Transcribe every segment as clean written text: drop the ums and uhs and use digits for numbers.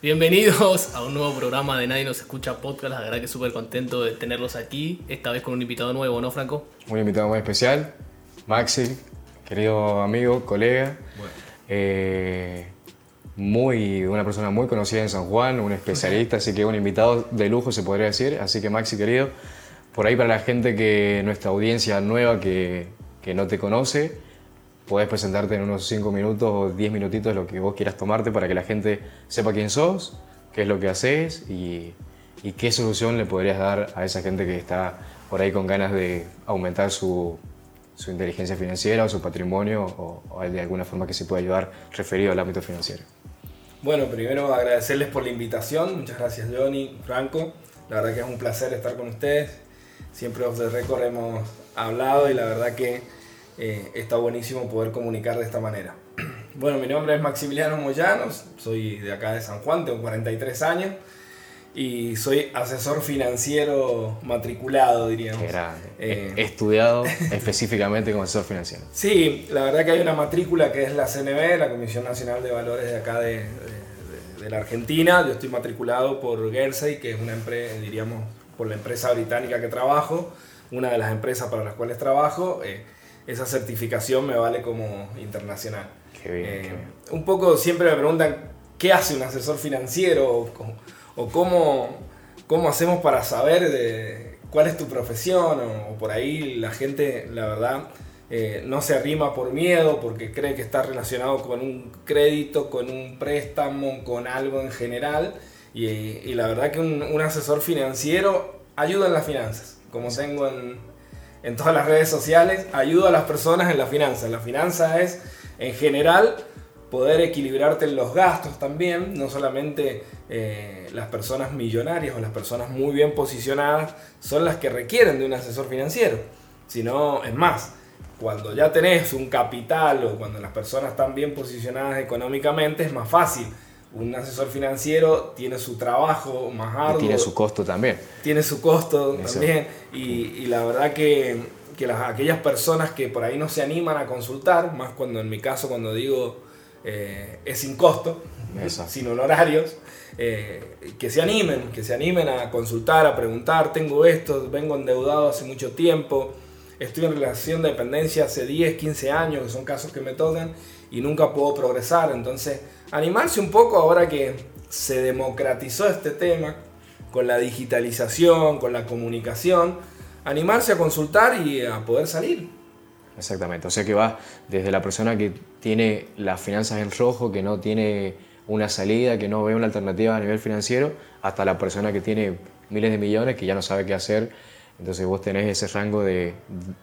Bienvenidos a un nuevo programa de Nadie Nos Escucha Podcast. La verdad que súper contento de tenerlos aquí, esta vez con un invitado nuevo, ¿no, Franco? Un invitado muy especial, Maxi, querido amigo, colega. Una persona muy conocida en San Juan, un especialista, así que un invitado de lujo se podría decir. Así que Maxi, querido, por ahí para la gente nuestra audiencia nueva que no te conoce, podés presentarte en unos 5 minutos o 10 minutitos lo que vos quieras tomarte para que la gente sepa quién sos, qué es lo que haces y qué solución le podrías dar a esa gente que está por ahí con ganas de aumentar su inteligencia financiera o su patrimonio o de alguna forma que se pueda ayudar referido al ámbito financiero. Bueno, primero agradecerles por la invitación. Muchas gracias, Johnny, Franco. La verdad que es un placer estar con ustedes. Siempre off the record hemos hablado y la verdad que está buenísimo poder comunicar de esta manera. Bueno, mi nombre es Maximiliano Moyanos, soy de acá de San Juan, tengo 43 años y soy asesor financiero matriculado, diríamos. Estudiado específicamente como asesor financiero. Sí, la verdad que hay una matrícula que es la CNV, la Comisión Nacional de Valores de acá de la Argentina. Yo estoy matriculado por Gersey, que es una empresa, diríamos, por la empresa británica que trabajo, una de las empresas para las cuales trabajo. Esa certificación me vale como internacional. Qué bien. Un poco siempre me preguntan qué hace un asesor financiero o cómo hacemos para saber cuál es tu profesión o por ahí la gente, la verdad, no se arrima por miedo porque cree que está relacionado con un crédito, con un préstamo, con algo en general y la verdad que un asesor financiero ayuda en las finanzas, como tengo en todas las redes sociales, ayuda a las personas en la finanza. La finanza es, en general, poder equilibrarte en los gastos también. No solamente las personas millonarias o las personas muy bien posicionadas son las que requieren de un asesor financiero. Sino, es más, cuando ya tenés un capital o cuando las personas están bien posicionadas económicamente, es más fácil. Un asesor financiero tiene su trabajo más arduo. Y tiene su costo también. Tiene su costo también. Y la verdad que aquellas personas que por ahí no se animan a consultar, más cuando en mi caso cuando digo es sin costo, sin honorarios, que se animen a consultar, a preguntar, tengo esto, vengo endeudado hace mucho tiempo, estoy en relación de dependencia hace 10, 15 años, que son casos que me tocan y nunca puedo progresar. Entonces, animarse un poco ahora que se democratizó este tema con la digitalización, con la comunicación, animarse a consultar y a poder salir. Exactamente, o sea que va desde la persona que tiene las finanzas en rojo, que no tiene una salida, que no ve una alternativa a nivel financiero, hasta la persona que tiene miles de millones, que ya no sabe qué hacer. Entonces vos tenés ese rango de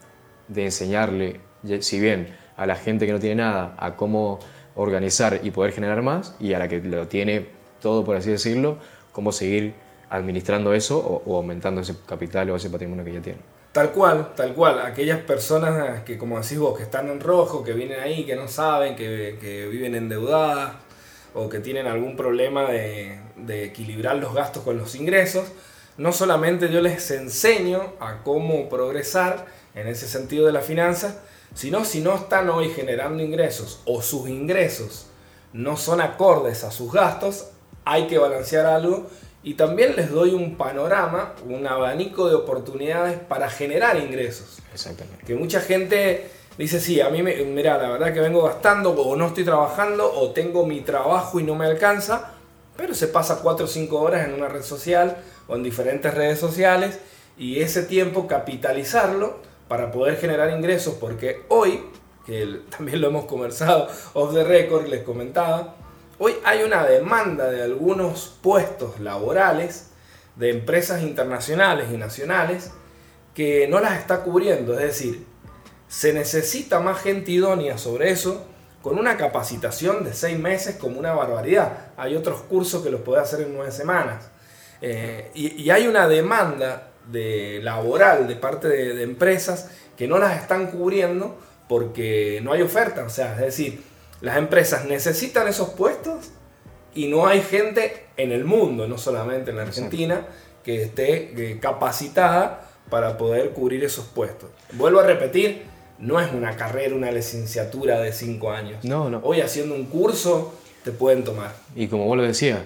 enseñarle, si bien a la gente que no tiene nada, a cómo organizar y poder generar más, y a la que lo tiene todo, por así decirlo, cómo seguir administrando eso o aumentando ese capital o ese patrimonio que ya tiene. Tal cual. Aquellas personas que, como decís vos, que están en rojo, que vienen ahí, que no saben, que viven endeudadas o que tienen algún problema de equilibrar los gastos con los ingresos, no solamente yo les enseño a cómo progresar en ese sentido de la finanza, sino si no están hoy generando ingresos o sus ingresos no son acordes a sus gastos, hay que balancear algo y también les doy un panorama, un abanico de oportunidades para generar ingresos. Exactamente. Que mucha gente dice, sí, a mí mira, la verdad que vengo gastando o no estoy trabajando o tengo mi trabajo y no me alcanza, pero se pasa 4 o 5 horas en una red social o en diferentes redes sociales y ese tiempo capitalizarlo para poder generar ingresos, porque hoy, que también lo hemos conversado off the record, les comentaba, hoy hay una demanda de algunos puestos laborales de empresas internacionales y nacionales que no las está cubriendo, es decir, se necesita más gente idónea sobre eso, con una capacitación de 6 meses como una barbaridad. Hay otros cursos que los puede hacer en 9 semanas. Y hay una demanda laboral de parte de empresas que no las están cubriendo porque no hay oferta. O sea, es decir, las empresas necesitan esos puestos y no hay gente en el mundo, no solamente en la Argentina, que esté capacitada para poder cubrir esos puestos. Vuelvo a repetir, no es una carrera, una licenciatura de 5 años. No. Hoy haciendo un curso te pueden tomar. Y como vos lo decías,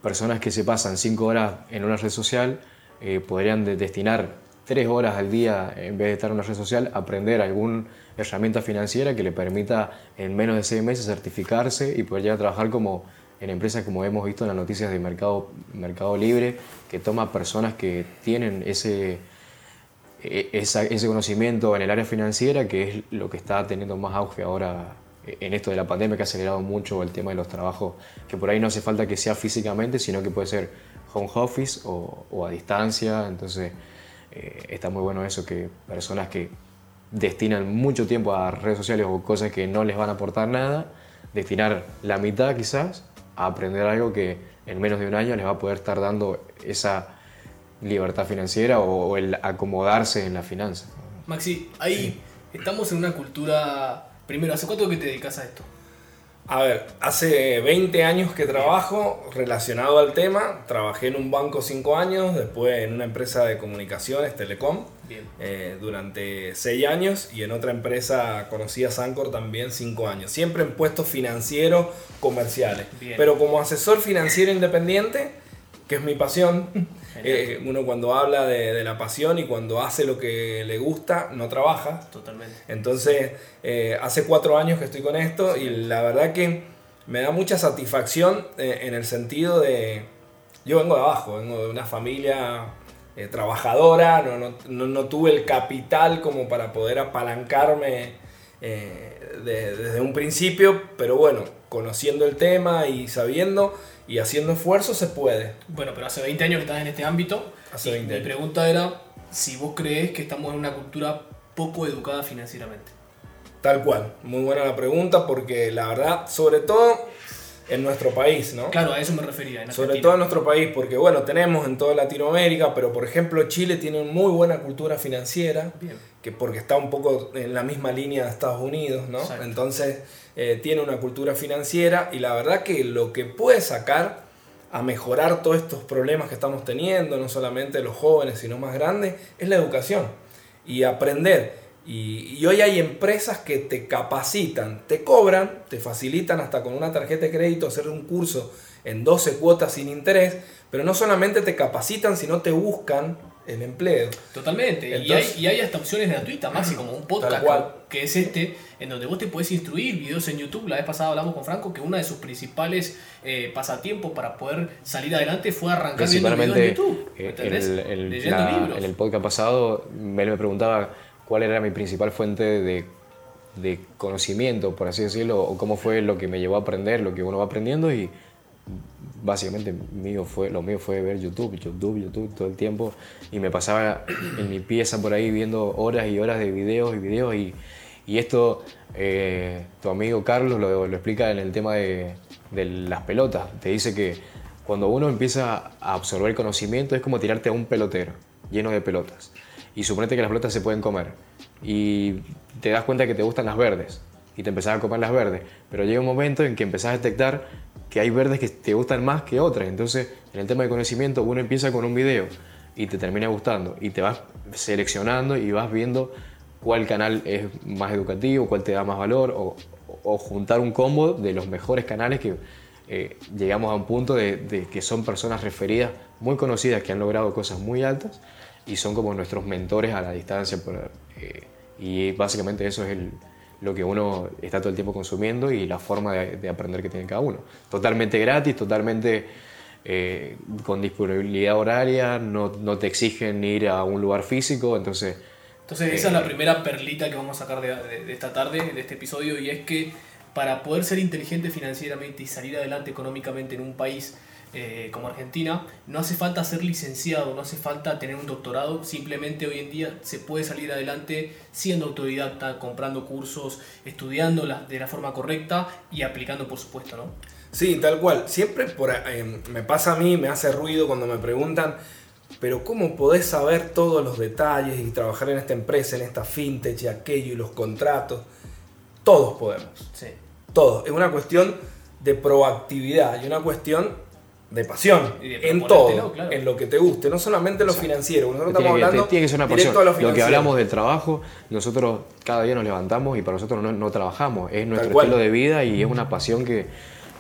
personas que se pasan 5 horas en una red social podrían destinar 3 horas al día, en vez de estar en una red social, a aprender alguna herramienta financiera que le permita en menos de 6 meses certificarse y poder llegar a trabajar como en empresas como hemos visto en las noticias de Mercado Libre, que toma personas que tienen ese conocimiento en el área financiera, que es lo que está teniendo más auge ahora en esto de la pandemia, que ha acelerado mucho el tema de los trabajos, que por ahí no hace falta que sea físicamente, sino que puede ser home office o a distancia. Entonces está muy bueno eso, que personas que destinan mucho tiempo a redes sociales o cosas que no les van a aportar nada, destinar la mitad quizás a aprender algo que en menos de un año les va a poder estar dando esa libertad financiera o el acomodarse en la finanza. Maxi, ahí estamos en una cultura... Primero, ¿hace cuánto que te dedicas a esto? A ver, hace 20 años que trabajo relacionado al tema. Trabajé en un banco 5 años, después en una empresa de comunicaciones, Telecom, durante 6 años, y en otra empresa conocida, Sancor, también 5 años. Siempre en puestos financieros comerciales. Bien. Pero como asesor financiero independiente, que es mi pasión, uno cuando habla de la pasión y cuando hace lo que le gusta, no trabaja. Totalmente. Entonces, hace 4 años que estoy con esto y la verdad que me da mucha satisfacción en el sentido de... Yo vengo de abajo, vengo de una familia trabajadora, no tuve el capital como para poder apalancarme desde un principio, pero bueno, conociendo el tema y sabiendo y haciendo esfuerzo se puede. Bueno, pero hace 20 años que estás en este ámbito. Hace 20 Mi años. pregunta era si vos crees que estamos en una cultura poco educada financieramente. Tal cual, muy buena la pregunta, porque la verdad, sobre todo en nuestro país, ¿no? Claro, a eso me refería. En Sobre Argentina. todo en nuestro país, porque bueno, tenemos en toda Latinoamérica, pero por ejemplo Chile tiene muy buena cultura financiera, Bien. que porque está un poco en la misma línea de Estados Unidos, ¿no? Exacto. Entonces tiene una cultura financiera y la verdad que lo que puede sacar a mejorar todos estos problemas que estamos teniendo, no solamente los jóvenes, sino más grandes, es la educación y aprender. Y hoy hay empresas que te capacitan, te cobran, te facilitan hasta con una tarjeta de crédito hacer un curso en 12 cuotas sin interés, pero no solamente te capacitan, sino te buscan el empleo. Totalmente. Entonces, y hay hasta opciones gratuitas, Maxi, como un Tal podcast cual. que es en donde vos te podés instruir, videos en YouTube. La vez pasada hablamos con Franco que uno de sus principales pasatiempos para poder salir adelante fue arrancar viendo videos en YouTube. ¿Entendés? Leyendo libros. En el podcast pasado, él me preguntaba cuál era mi principal fuente de conocimiento, por así decirlo, o cómo fue lo que me llevó a aprender, lo que uno va aprendiendo, y básicamente lo mío fue ver YouTube todo el tiempo, y me pasaba en mi pieza por ahí viendo horas y horas de videos, y esto tu amigo Carlos lo explica en el tema de las pelotas. Te dice que cuando uno empieza a absorber conocimiento es como tirarte a un pelotero lleno de pelotas. Y suponete que las pelotas se pueden comer y te das cuenta que te gustan las verdes y te empezás a comer las verdes, pero llega un momento en que empezás a detectar que hay verdes que te gustan más que otras. Entonces, en el tema de conocimiento, uno empieza con un video y te termina gustando y te vas seleccionando y vas viendo cuál canal es más educativo, cuál te da más valor, o juntar un combo de los mejores canales que llegamos a un punto de que son personas referidas muy conocidas que han logrado cosas muy altas y son como nuestros mentores a la distancia. Y básicamente eso es lo que uno está todo el tiempo consumiendo y la forma de aprender que tiene cada uno. Totalmente gratis, totalmente con disponibilidad horaria, no te exigen ir a un lugar físico, entonces Esa es la primera perlita que vamos a sacar de esta tarde, de este episodio, y es que para poder ser inteligente financieramente y salir adelante económicamente en un país como Argentina, no hace falta ser licenciado, no hace falta tener un doctorado, simplemente hoy en día se puede salir adelante siendo autodidacta, comprando cursos, estudiando de la forma correcta y aplicando, por supuesto, ¿no? Sí, tal cual. Siempre me pasa a mí, me hace ruido cuando me preguntan, pero ¿cómo podés saber todos los detalles y trabajar en esta empresa, en esta fintech y aquello y los contratos? Todos podemos. Sí. Todos. Es una cuestión de proactividad y una cuestión de pasión Y de en proponértelo, todo, claro. en lo que te guste, no solamente lo financiero. Nosotros estamos hablando tiene que ser una directo pasión. a lo Lo que financiero. hablamos del trabajo, nosotros cada día nos levantamos y para nosotros no trabajamos, es nuestro cual. estilo de vida y es una pasión que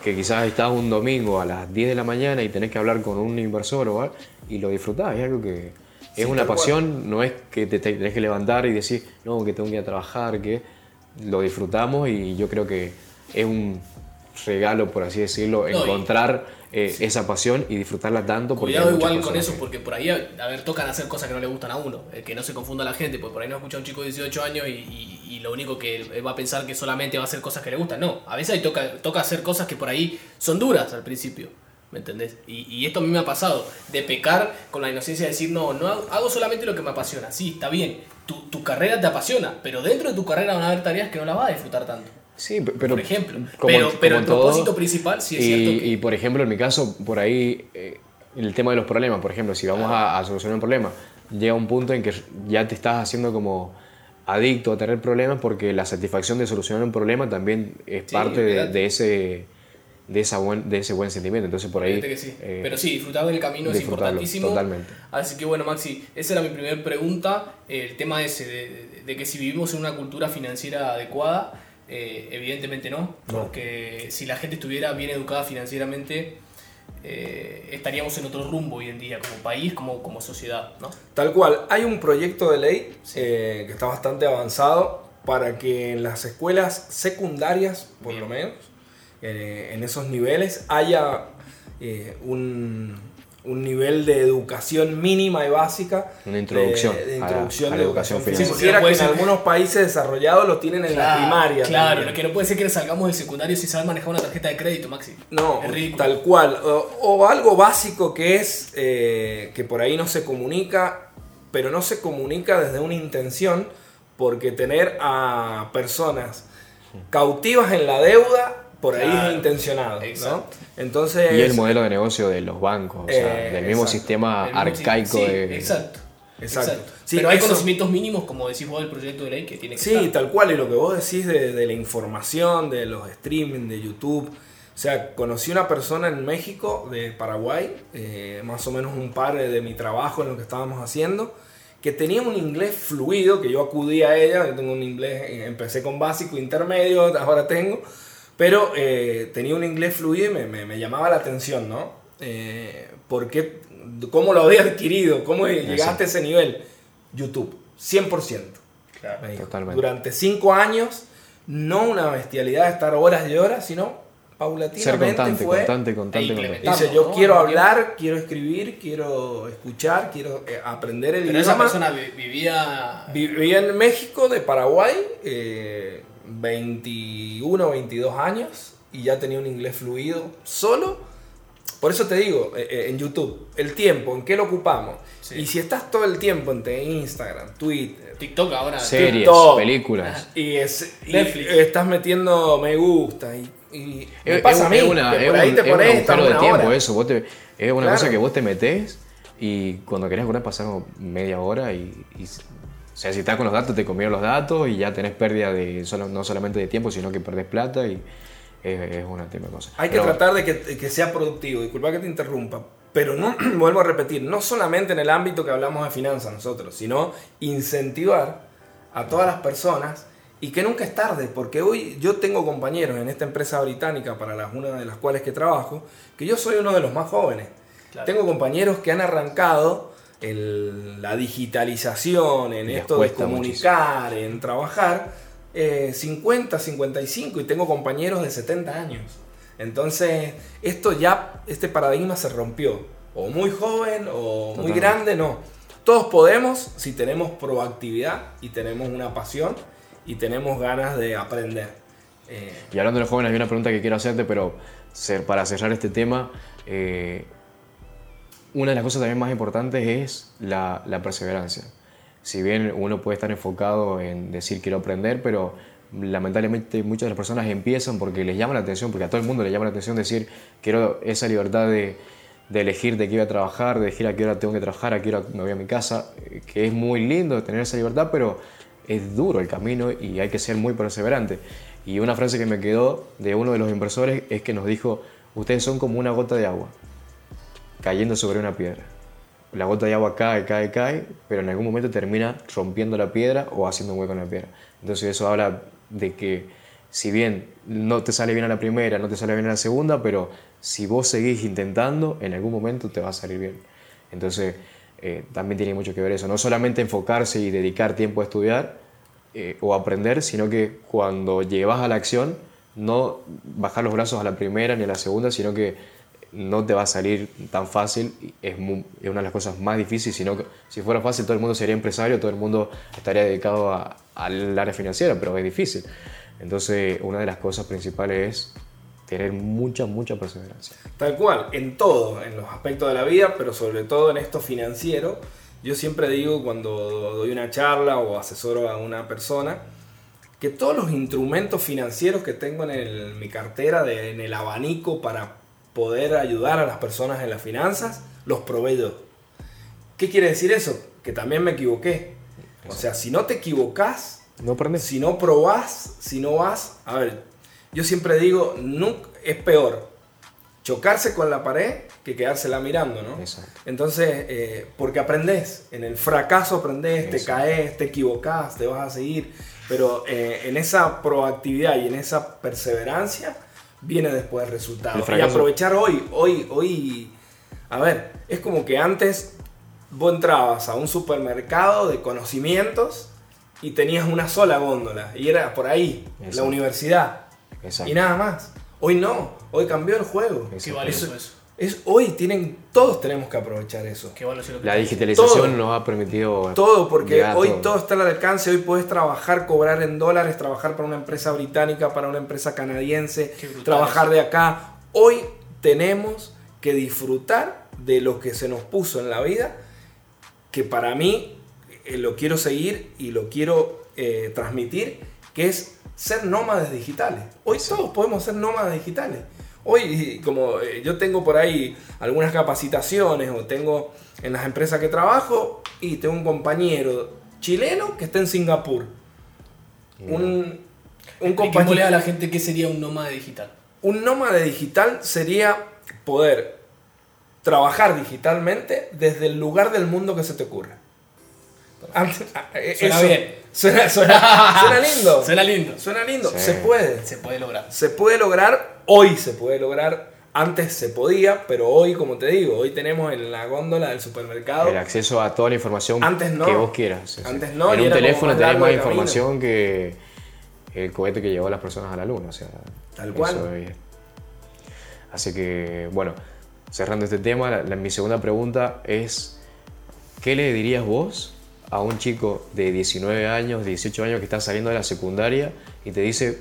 que quizás estás un domingo a las 10 de la mañana y tenés que hablar con un inversor o algo, y lo disfrutás, es algo que es una pasión, no es que te tenés que levantar y decir, no, que tengo que ir a trabajar, que lo disfrutamos, y yo creo que es un regalo, por así decirlo, encontrar esa pasión y disfrutarla tanto. Cuidado igual con eso, porque por ahí, tocan hacer cosas que no le gustan a uno, que no se confunda la gente, porque por ahí no escucha a un chico de 18 años y lo único que él va a pensar que solamente va a hacer cosas que le gustan. No, a veces toca hacer cosas que por ahí son duras al principio, ¿me entendés? Y esto a mí me ha pasado, de pecar con la inocencia de decir, no hago solamente lo que me apasiona. Sí, está bien, tu carrera te apasiona, pero dentro de tu carrera van a haber tareas que no las vas a disfrutar tanto. Sí, pero, por ejemplo, como pero el todo, propósito principal sí es cierto que... Y por ejemplo, en mi caso, por ahí, el tema de los problemas, por ejemplo, si vamos a solucionar un problema, llega un punto en que ya te estás haciendo como adicto a tener problemas, porque la satisfacción de solucionar un problema también es parte de ese buen sentimiento. Entonces por ahí que sí. Pero sí, disfrutar del camino es importantísimo. Totalmente. Así que bueno, Maxi, esa era mi primera pregunta. El tema ese de que si vivimos en una cultura financiera adecuada, evidentemente no, porque si la gente estuviera bien educada financieramente, estaríamos en otro rumbo hoy en día, como país, como sociedad, ¿no? Tal cual. Hay un proyecto de ley que está bastante avanzado para que en las escuelas secundarias, por lo menos, en esos niveles, haya un nivel de educación mínima y básica. Una introducción, de a la educación financiera. financiera. Quisiera que en algunos países desarrollados lo tienen en la primaria. Claro, lo que no puede ser que salgamos del secundario sin saber manejar una tarjeta de crédito, Maxi. No, es ridículo. Tal cual. O algo básico que es que por ahí no se comunica, pero no se comunica desde una intención, porque tener a personas cautivas en la deuda, por ahí es intencionado, ¿no? Entonces, y el modelo de negocio de los bancos, o sea, del mismo sistema arcaico de... Exacto. Sí, pero hay conocimientos mínimos, como decís vos, del proyecto de ley que tiene que estar. Sí, tal cual. Y lo que vos decís de la información, de los streaming, de YouTube. O sea, conocí una persona en México, de Paraguay, más o menos un par de mi trabajo en lo que estábamos haciendo, que tenía un inglés fluido, que yo acudí a ella. Yo tengo un inglés, empecé con básico, intermedio, ahora tengo. Pero tenía un inglés fluido y me llamaba la atención, ¿no? Porque, ¿cómo lo había adquirido? ¿Cómo llegaste a ese nivel? YouTube, 100%. Claro, totalmente. Durante 5 años, no una bestialidad de estar horas y horas, sino paulatinamente ser constante. Dice, yo quiero hablar, quiero escribir, quiero escuchar, quiero aprender el idioma. Pero esa persona vivía en México, de Paraguay, 21, 22 años, y ya tenía un inglés fluido solo. Por eso te digo, en YouTube, el tiempo, ¿en qué lo ocupamos? Sí. Y si estás todo el tiempo entre Instagram, Twitter, TikTok ahora, series, TikTok, películas, y estás metiendo me gusta, y me pasa a mí, por ahí te pones, estás una hora. Tiempo, eso, es una cosa que vos te metés y cuando querés acordar pasaron media hora y o sea, si estás con los datos, te comieron los datos y ya tenés pérdida no solamente de tiempo, sino que perdés plata y es una tema de cosas. Hay que tratar de que sea productivo. Disculpa que te interrumpa, pero no, vuelvo a repetir, no solamente en el ámbito que hablamos de finanzas nosotros, sino incentivar a todas las personas, y que nunca es tarde, porque hoy yo tengo compañeros en esta empresa británica para una de las cuales que trabajo, que yo soy uno de los más jóvenes. Claro. Tengo compañeros que han arrancado la digitalización, en esto de comunicar, muchísimo, en trabajar, 50, 55, y tengo compañeros de 70 años. Entonces, este paradigma se rompió. O muy joven o muy grande, no. Todos podemos si tenemos proactividad y tenemos una pasión y tenemos ganas de aprender. Y hablando de los jóvenes, hay una pregunta que quiero hacerte, pero para cerrar este tema, una de las cosas también más importantes es la perseverancia. Si bien uno puede estar enfocado en decir quiero aprender, pero lamentablemente muchas de las personas empiezan porque les llama la atención, porque a todo el mundo le llama la atención decir quiero esa libertad de elegir de qué voy a trabajar, de elegir a qué hora tengo que trabajar, a qué hora me voy a mi casa, que es muy lindo tener esa libertad, pero es duro el camino y hay que ser muy perseverante. Y una frase que me quedó de uno de los inversores es que nos dijo, ustedes son como una gota de agua cayendo sobre una piedra. La gota de agua cae, pero en algún momento termina rompiendo la piedra o haciendo un hueco en la piedra. Entonces eso habla de que si bien no te sale bien a la primera, no te sale bien a la segunda, pero si vos seguís intentando, en algún momento te va a salir bien. Entonces, también tiene mucho que ver eso. No solamente enfocarse y dedicar tiempo a estudiar o aprender, sino que cuando llevas a la acción, no bajar los brazos a la primera ni a la segunda, sino que no te va a salir tan fácil. Es una de las cosas más difíciles, sino que si fuera fácil todo el mundo sería empresario, todo el mundo estaría dedicado al área financiera, pero es difícil. Entonces, una de las cosas principales es tener mucha perseverancia. Tal cual, en todo, en los aspectos de la vida, pero sobre todo en esto financiero. Yo siempre digo cuando doy una charla o asesoro a una persona que todos los instrumentos financieros que tengo en mi cartera, en el abanico para poder ayudar a las personas en las finanzas, los probé yo. ¿Qué quiere decir eso? Que también me equivoqué. O sea, si no te equivocás, no aprendes. Si no probás, si no vas... A ver, yo siempre digo, nunca, es peor chocarse con la pared que quedársela mirando, ¿no? Exacto. Entonces, porque aprendés, en el fracaso aprendés, te caes, te equivocás, te vas a seguir, pero en esa proactividad y en esa perseverancia viene después el resultado. Y aprovechar hoy, a ver, es como que antes vos entrabas a un supermercado de conocimientos y tenías una sola góndola y era por ahí, la universidad. Exacto. Y nada más. Hoy no, hoy cambió el juego. ¿Qué vale eso? Hoy todos tenemos que aprovechar eso. ¿Qué vale eso? La digitalización nos ha permitido todo, porque hoy todo está al alcance. Hoy puedes trabajar, cobrar en dólares, trabajar para una empresa británica, para una empresa canadiense, trabajar de acá. Hoy tenemos que disfrutar de lo que se nos puso en la vida, que para mí lo quiero seguir y lo quiero transmitir, que es ser nómades digitales. Hoy todos podemos ser nómades digitales. Hoy, como yo tengo por ahí algunas capacitaciones o tengo en las empresas que trabajo y tengo un compañero chileno que está en Singapur. Un compañero a la gente qué sería un nómada digital. Un nómada digital sería poder trabajar digitalmente desde el lugar del mundo que se te ocurra. Suena bien. Suena lindo. Suena lindo. Suena lindo. Sí. Se puede. Se puede lograr. Se puede lograr. Hoy se puede lograr. Antes se podía, pero hoy, como te digo, hoy tenemos en la góndola del supermercado el acceso a toda la información no. que vos quieras. Antes no. En un teléfono tenés más información camino que el cohete que llevó a las personas a la luna. O sea, tal cual. Así que, bueno, cerrando este tema, mi segunda pregunta es: ¿qué le dirías vos a un chico de 19 años, 18 años que está saliendo de la secundaria y te dice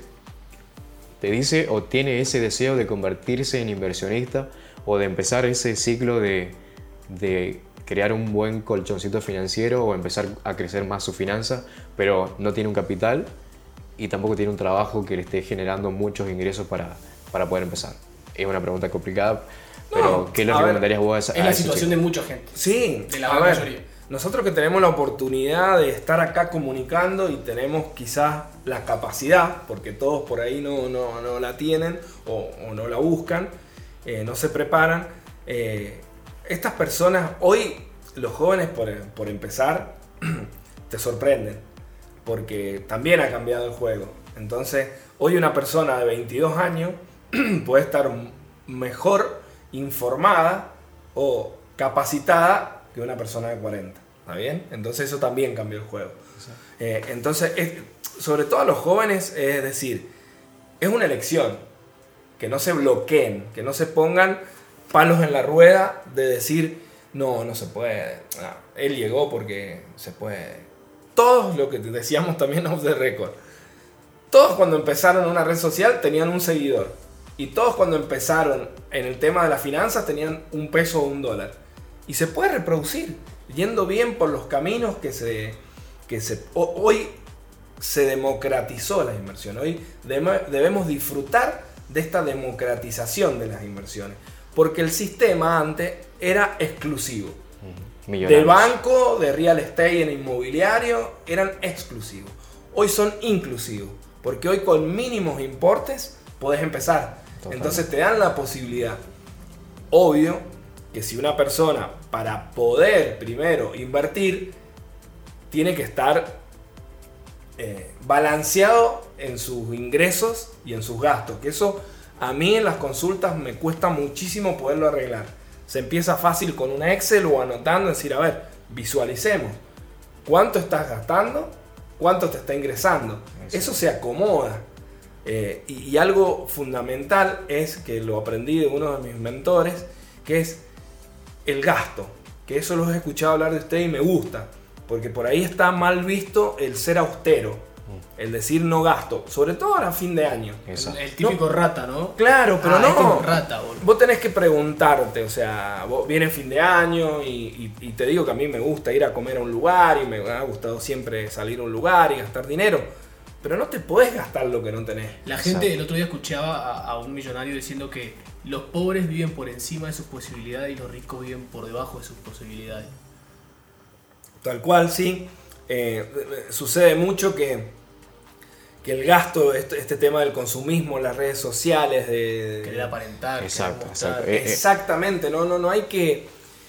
o tiene ese deseo de convertirse en inversionista o de empezar ese ciclo de crear un buen colchoncito financiero o empezar a crecer más su finanza, pero no tiene un capital y tampoco tiene un trabajo que le esté generando muchos ingresos para poder empezar? Es una pregunta complicada, pero ¿qué le recomendarías vos a esa Es la situación de mucha gente. Sí, de la mayoría. Nosotros que tenemos la oportunidad de estar acá comunicando y tenemos quizás la capacidad, porque todos por ahí no la tienen o no la buscan, no se preparan. Estas personas, hoy los jóvenes por empezar, te sorprenden, porque también ha cambiado el juego. Entonces, hoy una persona de 22 años puede estar mejor informada o capacitada que una persona de 40, ¿está bien? Entonces eso también cambió el juego. Entonces, sobre todo a los jóvenes, es decir, es una elección, que no se bloqueen, que no se pongan palos en la rueda de decir, no se puede, él llegó porque se puede. Todos, lo que decíamos también off the record, todos cuando empezaron una red social tenían un seguidor, y todos cuando empezaron en el tema de las finanzas tenían un peso o un dólar. Y se puede reproducir, yendo bien por los caminos hoy se democratizó la inversión. Hoy debemos disfrutar de esta democratización de las inversiones. Porque el sistema antes era exclusivo. De banco, de real estate en inmobiliario, eran exclusivos. Hoy son inclusivos. Porque hoy con mínimos importes podés empezar. Totalmente. Entonces te dan la posibilidad. Obvio que si una persona, para poder primero invertir, tiene que estar balanceado en sus ingresos y en sus gastos. Que eso a mí en las consultas me cuesta muchísimo poderlo arreglar. Se empieza fácil con una Excel o anotando, decir, a ver, visualicemos cuánto estás gastando, cuánto te está ingresando. Eso se acomoda. Y algo fundamental es, que lo aprendí de uno de mis mentores, que es el gasto. Que eso lo he escuchado hablar de usted y me gusta. Porque por ahí está mal visto el ser austero. El decir no gasto. Sobre todo ahora a fin de año. El típico rata, ¿no? Claro, pero no. Este es un rata, boludo. Vos tenés que preguntarte, o sea, vos viene fin de año y te digo que a mí me gusta ir a comer a un lugar y me ha gustado siempre salir a un lugar y gastar dinero. Pero no te podés gastar lo que no tenés. La gente, el otro día escuchaba a un millonario diciendo que los pobres viven por encima de sus posibilidades y los ricos viven por debajo de sus posibilidades. Tal cual, sí. Sucede mucho que el gasto, este tema del consumismo, las redes sociales, de querer aparentar. Exacto, exactamente, no hay que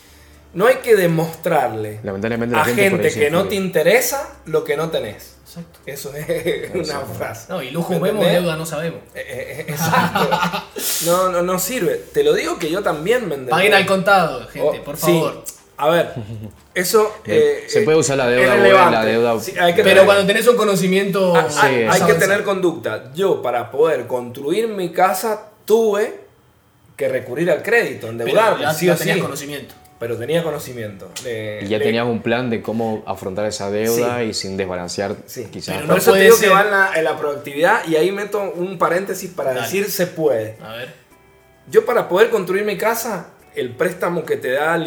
demostrarle lamentablemente a gente que no influye. te interesa lo que no tenés. Exacto. Eso es una frase. No, y lujo vemos, deuda no sabemos. Exacto. No sirve. Te lo digo que yo también me endeudé. Paguen al contado, gente, por favor. Sí. A ver, eso se puede usar la deuda es buena, relevante. la deuda. Sí, hay que pero tener, cuando tenés un conocimiento... hay que tener conducta. Yo, para poder construir mi casa, tuve que recurrir al crédito, endeudarme. Pero sí ya o tenías sí. conocimiento. Pero tenía conocimiento. Y ya tenías un plan de cómo afrontar esa deuda y sin desbalancear Sí. quizás. Pero Por no eso te puede digo ser. que va en la productividad y ahí meto un paréntesis para Dale. decir se puede. A ver. Yo, para poder construir mi casa, el préstamo que te da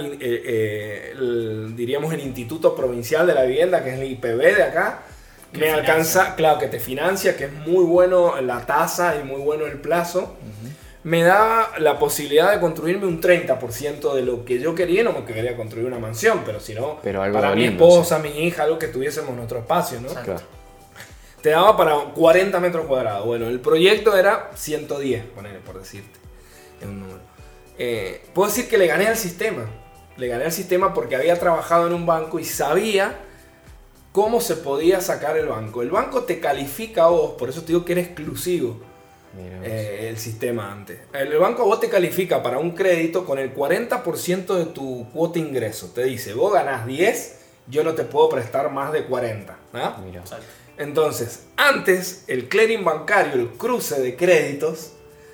diríamos el Instituto Provincial de la Vivienda, que es el IPB de acá, Que me financia. alcanza, claro, que te financia, que es muy bueno la tasa y muy bueno el plazo, me da la posibilidad de construirme un 30% de lo que yo quería. No me quería construir una mansión, pero si no, Pero algo para mi lindo, esposa, mi hija, algo que tuviésemos nuestro espacio, ¿no? Claro. Te daba para 40 metros cuadrados. Bueno, el proyecto era 110, ponele, por decirte. Es un número. Puedo decir que le gané al sistema. Le gané al sistema porque había trabajado en un banco y sabía cómo se podía sacar el banco. El banco te califica a vos, por eso te digo que era exclusivo el sistema antes. El banco a vos te califica para un crédito con el 40% de tu cuota ingreso. Te dice, vos ganás 10, yo no te puedo prestar más de 40. ¿Ah? Mira. Exacto. Entonces, antes el clearing bancario, el cruce de créditos,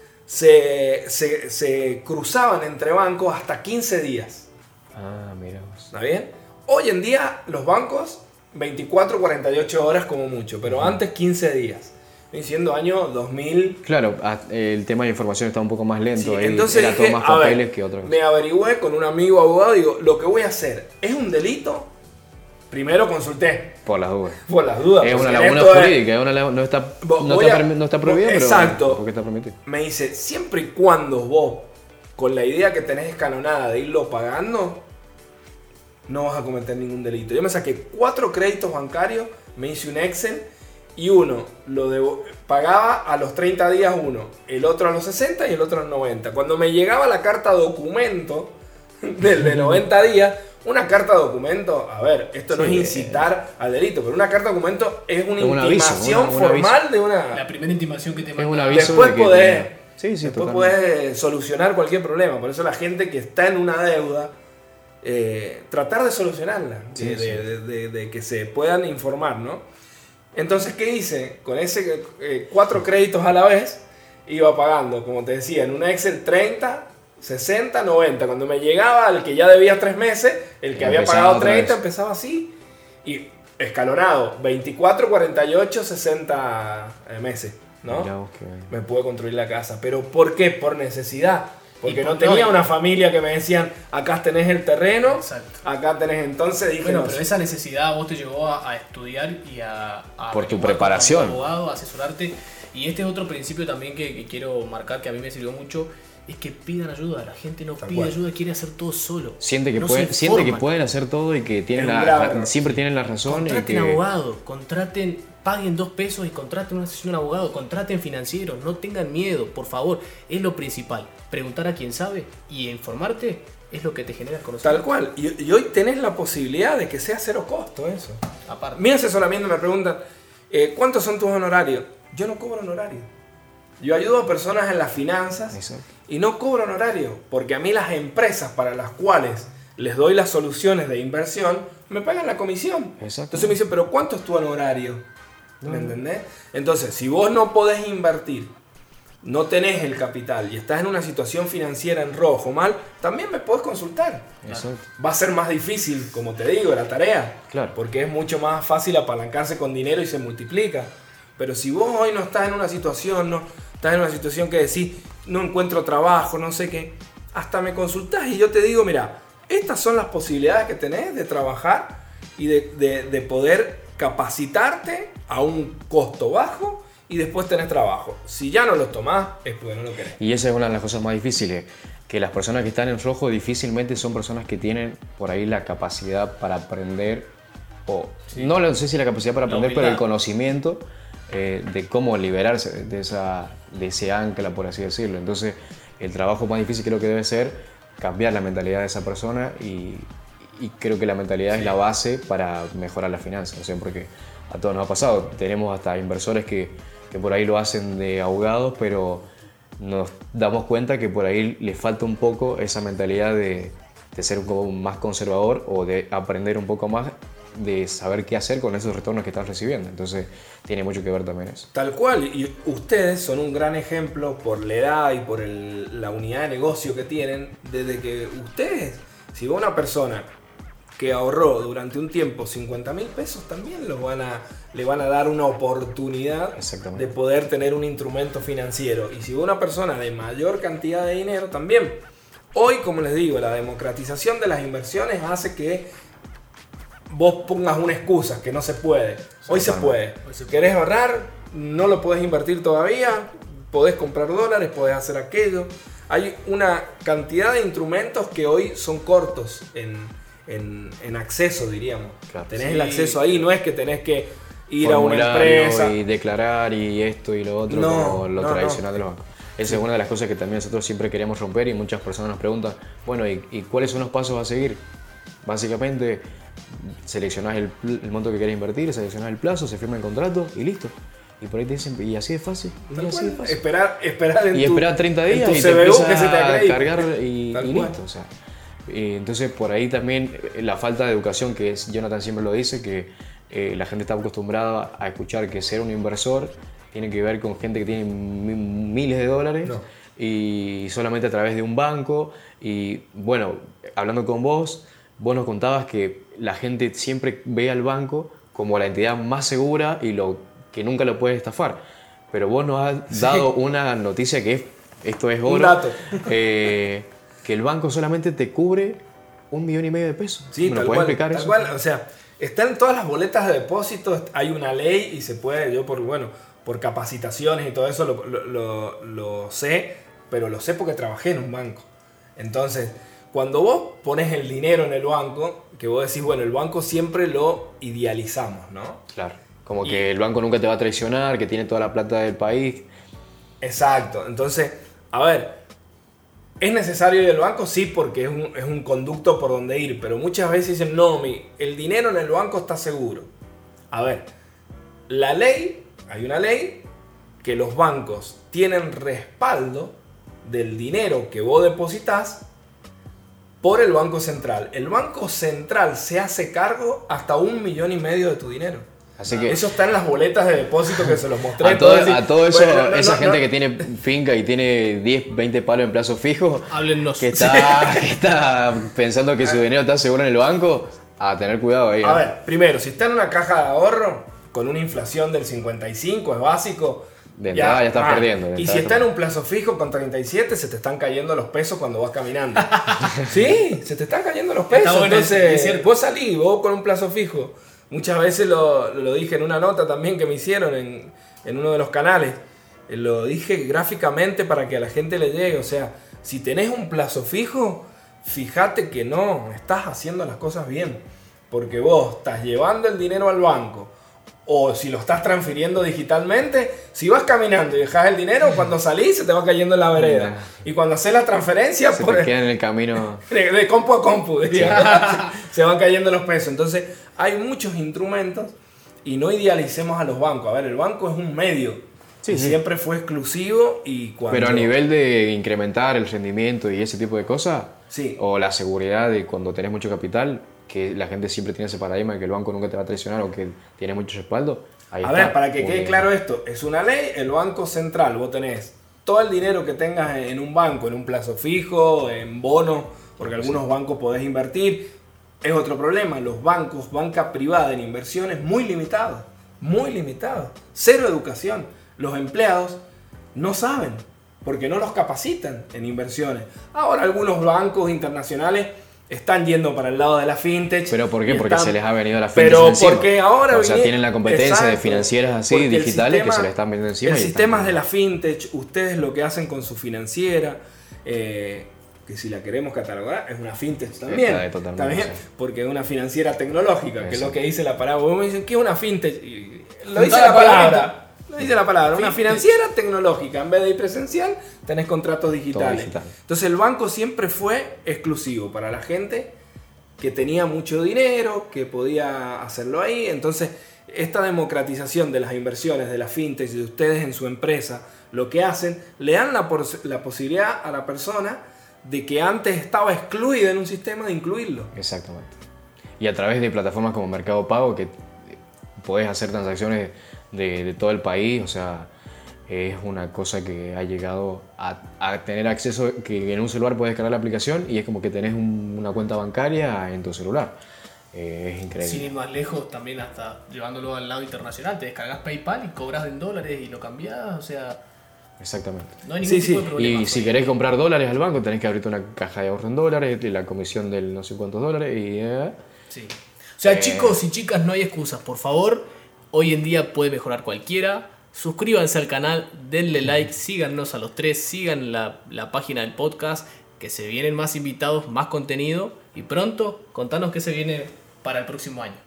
se cruzaban entre bancos hasta 15 días. Ah, mira vos. ¿Está bien? Hoy en día los bancos 24, 48 horas como mucho, pero antes 15 días. Diciendo año 2000. Claro, el tema de información está un poco más lento. Sí, ahí entonces era dije, todo más a ver, papeles que otra cosa. me averigüé con un amigo abogado, digo, lo que voy a hacer, ¿es un delito? Primero consulté, Por las dudas. por las dudas. Es porque una en laguna esto es- jurídica, no está no está prohibido, Exacto. pero porque está permitido. Me dice, siempre y cuando vos, con la idea que tenés escalonada de irlo pagando, no vas a cometer ningún delito. Yo me saqué 4 créditos bancarios, me hice un Excel y uno pagaba a los 30 días uno, el otro a los 60 y el otro a los 90. Cuando me llegaba la carta documento del de 90 días, una carta documento, a ver, esto no es incitar al delito, pero una carta documento es una Es un aviso, intimación un formal aviso. de una... La primera intimación que te Es manda. un aviso Después de que podés, Sí, después totalmente. podés solucionar cualquier problema. Por eso la gente que está en una deuda, tratar de solucionarla, Sí, de que se puedan informar, ¿no? Entonces, ¿qué hice? Con ese 4 créditos a la vez, iba pagando, como te decía, en una Excel 30, 60, 90. Cuando me llegaba al que ya debía 3 meses, el que había Empezaba pagado otra 30 vez. empezaba así. Y escalonado, 24, 48, 60 meses, ¿no? Mirá vos qué- Me pude construir la casa. ¿Pero por qué? Por necesidad. Porque Y no por- tenía no, y- una familia que me decían, acá tenés el terreno, Exacto. acá tenés. Entonces dije, Bueno, no, pero esa necesidad a vos te llevó a estudiar y a Por tu averiguar preparación. como abogado, a asesorarte. Y este es otro principio también que quiero marcar, que a mí me sirvió mucho, es que pidan ayuda. La gente no Tal pide cual. ayuda, quiere hacer todo solo. Siente que No pueden, se siente que informan. pueden hacer todo y que tienen Es un grave error. siempre tienen la razón. Y Contraten que, abogado, paguen 2 pesos y contraten una sesión de abogado, contraten financieros, no tengan miedo, por favor, es lo principal. Preguntar a quien sabe y informarte es lo que te genera el tal conocimiento. cual. Y hoy tenés la posibilidad de que sea cero costo eso. Aparte. Mi asesoramiento me preguntan, ¿cuántos son tus honorarios? yo no cobro honorario. Yo ayudo a personas en las finanzas. Exacto. Y no cobro honorario, porque a mí las empresas para las cuales les doy las soluciones de inversión me pagan la comisión. Exacto. Entonces me dicen, pero ¿cuánto es tu honorario? ¿Me entendés? Entonces, si vos no podés invertir, no tenés el capital y estás en una situación financiera en rojo, mal, también me podés consultar. Exacto. Va a ser más difícil, como te digo, la tarea. Claro. Porque es mucho más fácil apalancarse con dinero y se multiplica. Pero si vos hoy no estás en una situación, no estás en una situación que decís, no encuentro trabajo, no sé qué, hasta me consultás y yo te digo, mira, estas son las posibilidades que tenés de trabajar y de poder capacitarte a un costo bajo y después tenés trabajo. Si ya no los tomás, es porque no lo querés. Y esa es una de las cosas más difíciles, que las personas que están en rojo difícilmente son personas que tienen por ahí la capacidad para aprender, o no sé si la capacidad para aprender, pero el conocimiento de cómo liberarse de ese ancla, por así decirlo. Entonces, el trabajo más difícil creo que debe ser cambiar la mentalidad de esa persona y creo que la mentalidad es la base para mejorar las finanzas. O sea, porque a todos nos ha pasado. Tenemos hasta inversores que por ahí lo hacen de ahogados, pero nos damos cuenta que por ahí les falta un poco esa mentalidad de ser un poco más conservador o de aprender un poco más, de saber qué hacer con esos retornos que están recibiendo. Entonces tiene mucho que ver también eso. Tal cual, y ustedes son un gran ejemplo por la edad y por la unidad de negocio que tienen, desde que ustedes, si va una persona que ahorró durante un tiempo 50.000 pesos, también le van a dar una oportunidad de poder tener un instrumento financiero. Y si va una persona de mayor cantidad de dinero, también. Hoy, como les digo, la democratización de las inversiones hace que vos pongas una excusa que no se puede. Hoy se puede. ¿Querés ahorrar? No lo podés invertir todavía. Podés comprar dólares, podés hacer aquello. Hay una cantidad de instrumentos que hoy son cortos en acceso, diríamos. Claro. Tenés el acceso ahí, no es que tenés que ir a una empresa y declarar y esto y lo otro, como lo tradicional de los bancos. Esa es una de las cosas que también nosotros siempre queremos romper, y muchas personas nos preguntan, bueno, ¿y cuáles son los pasos a seguir? Básicamente, seleccionás el monto que querés invertir, seleccionás el plazo, se firma el contrato y listo. Y por ahí te dicen, y así de fácil. Esperar esperar 30 días y te empieza a cargar y listo. O sea, entonces por ahí también la falta de educación, que es, Jonathan siempre lo dice, que la gente está acostumbrada a escuchar que ser un inversor tiene que ver con gente que tiene miles de dólares y solamente a través de un banco. Y bueno, hablando con vos nos contabas que la gente siempre ve al banco como la entidad más segura y que nunca lo puedes estafar. Pero vos nos has dado una noticia que esto es oro. Un dato. Que el banco solamente te cubre 1,5 millones de pesos. Sí, ¿Me lo puedes explicar eso? Tal cual, o sea, están todas las boletas de depósito, hay una ley y se puede, yo por capacitaciones y todo eso lo sé, pero lo sé porque trabajé en un banco. Entonces, cuando vos pones el dinero en el banco, que vos decís, bueno, el banco siempre lo idealizamos, ¿no? Claro, como que el banco nunca te va a traicionar, que tiene toda la plata del país. Exacto, entonces, a ver, ¿es necesario ir al banco? Sí, porque es un conducto por donde ir, pero muchas veces dicen, no, el dinero en el banco está seguro. A ver, hay una ley que los bancos tienen respaldo del dinero que vos depositas por el Banco Central. El Banco Central se hace cargo hasta 1,5 millones de tu dinero. Así que eso está en las boletas de depósito que se los mostré. A todo eso, bueno, esa gente que tiene finca y tiene 10, 20 palos en plazo fijo, háblennos. Que está pensando que su dinero está seguro en el banco, a tener cuidado ahí. A ver, primero, si está en una caja de ahorro con una inflación del 55, es básico. De entrada ya estás perdiendo. Y si está en un plazo fijo con 37, se te están cayendo los pesos cuando vas caminando. Sí, se te están cayendo los pesos. Bueno, entonces, vos salís, vos con un plazo fijo. Muchas veces lo dije en una nota también que me hicieron en uno de los canales. Lo dije gráficamente para que a la gente le llegue. O sea, si tenés un plazo fijo, fíjate que no estás haciendo las cosas bien. Porque vos estás llevando el dinero al banco. O si lo estás transfiriendo digitalmente, si vas caminando y dejas el dinero, cuando salís se te va cayendo en la vereda. Y cuando haces la transferencia, se te queda en el camino. De compu a compu, se van cayendo los pesos. Entonces, hay muchos instrumentos y no idealicemos a los bancos. A ver, el banco es un medio. Sí, y sí. siempre fue exclusivo y cuando... Pero a nivel de incrementar el rendimiento y ese tipo de cosas, Sí. o la seguridad de cuando tenés mucho capital, que la gente siempre tiene ese paradigma de que el banco nunca te va a traicionar o que tiene mucho respaldo, ahí A está. ver, para que quede Porque- claro esto, es una ley, el Banco Central, vos tenés todo el dinero que tengas en un banco, en un plazo fijo, en bonos, porque algunos bancos podés invertir. Es otro problema, los bancos, banca privada en inversiones muy limitados, cero educación. Los empleados no saben, porque no los capacitan en inversiones. Ahora algunos bancos internacionales están yendo para el lado de la fintech. ¿Pero por qué? y Porque están- se les ha venido la fintech Pero encima. porque ahora O sea, tienen la competencia de Exacto. financieras así, Porque el digitales, sistema- que se les están vendiendo encima. El y sistema están- de la fintech, ustedes lo que hacen con su financiera, que si la queremos catalogar, es una fintech también. Totalmente, ¿Está bien? sí. Porque es una financiera tecnológica, que es lo Exacto. que dice la palabra. Vos me dicen, ¿qué es una fintech? Y lo Juntá dice la la palabra. palabra. Lo dice la palabra. Una Fintech. financiera tecnológica. En vez de ir presencial, tenés contratos digitales. digital. Entonces el banco siempre fue exclusivo para la gente que tenía mucho dinero, que podía hacerlo ahí. Entonces, esta democratización de las inversiones, de las fintechs, de ustedes en su empresa, lo que hacen, le dan la posibilidad a la persona de que antes estaba excluida en un sistema de incluirlo. Exactamente. Y a través de plataformas como Mercado Pago, que podés hacer transacciones de todo el país, o sea, es una cosa que ha llegado a tener acceso, que en un celular puedes descargar la aplicación y es como que tenés una cuenta bancaria en tu celular. Es increíble. Sin ir más lejos, también hasta llevándolo al lado internacional, te descargas PayPal y cobras en dólares y lo cambiás, o sea, Exactamente. no hay ningún Sí, tipo sí. de problema. Y si querés comprar dólares al banco, tenés que abrirte una caja de ahorro en dólares y la comisión del no sé cuántos dólares y... Sí. O sea, chicos y chicas, no hay excusas, por favor. Hoy en día puede mejorar cualquiera. Suscríbanse al canal, denle like, síganos a los tres, sigan la página del podcast, que se vienen más invitados, más contenido. Y pronto, contanos qué se viene para el próximo año.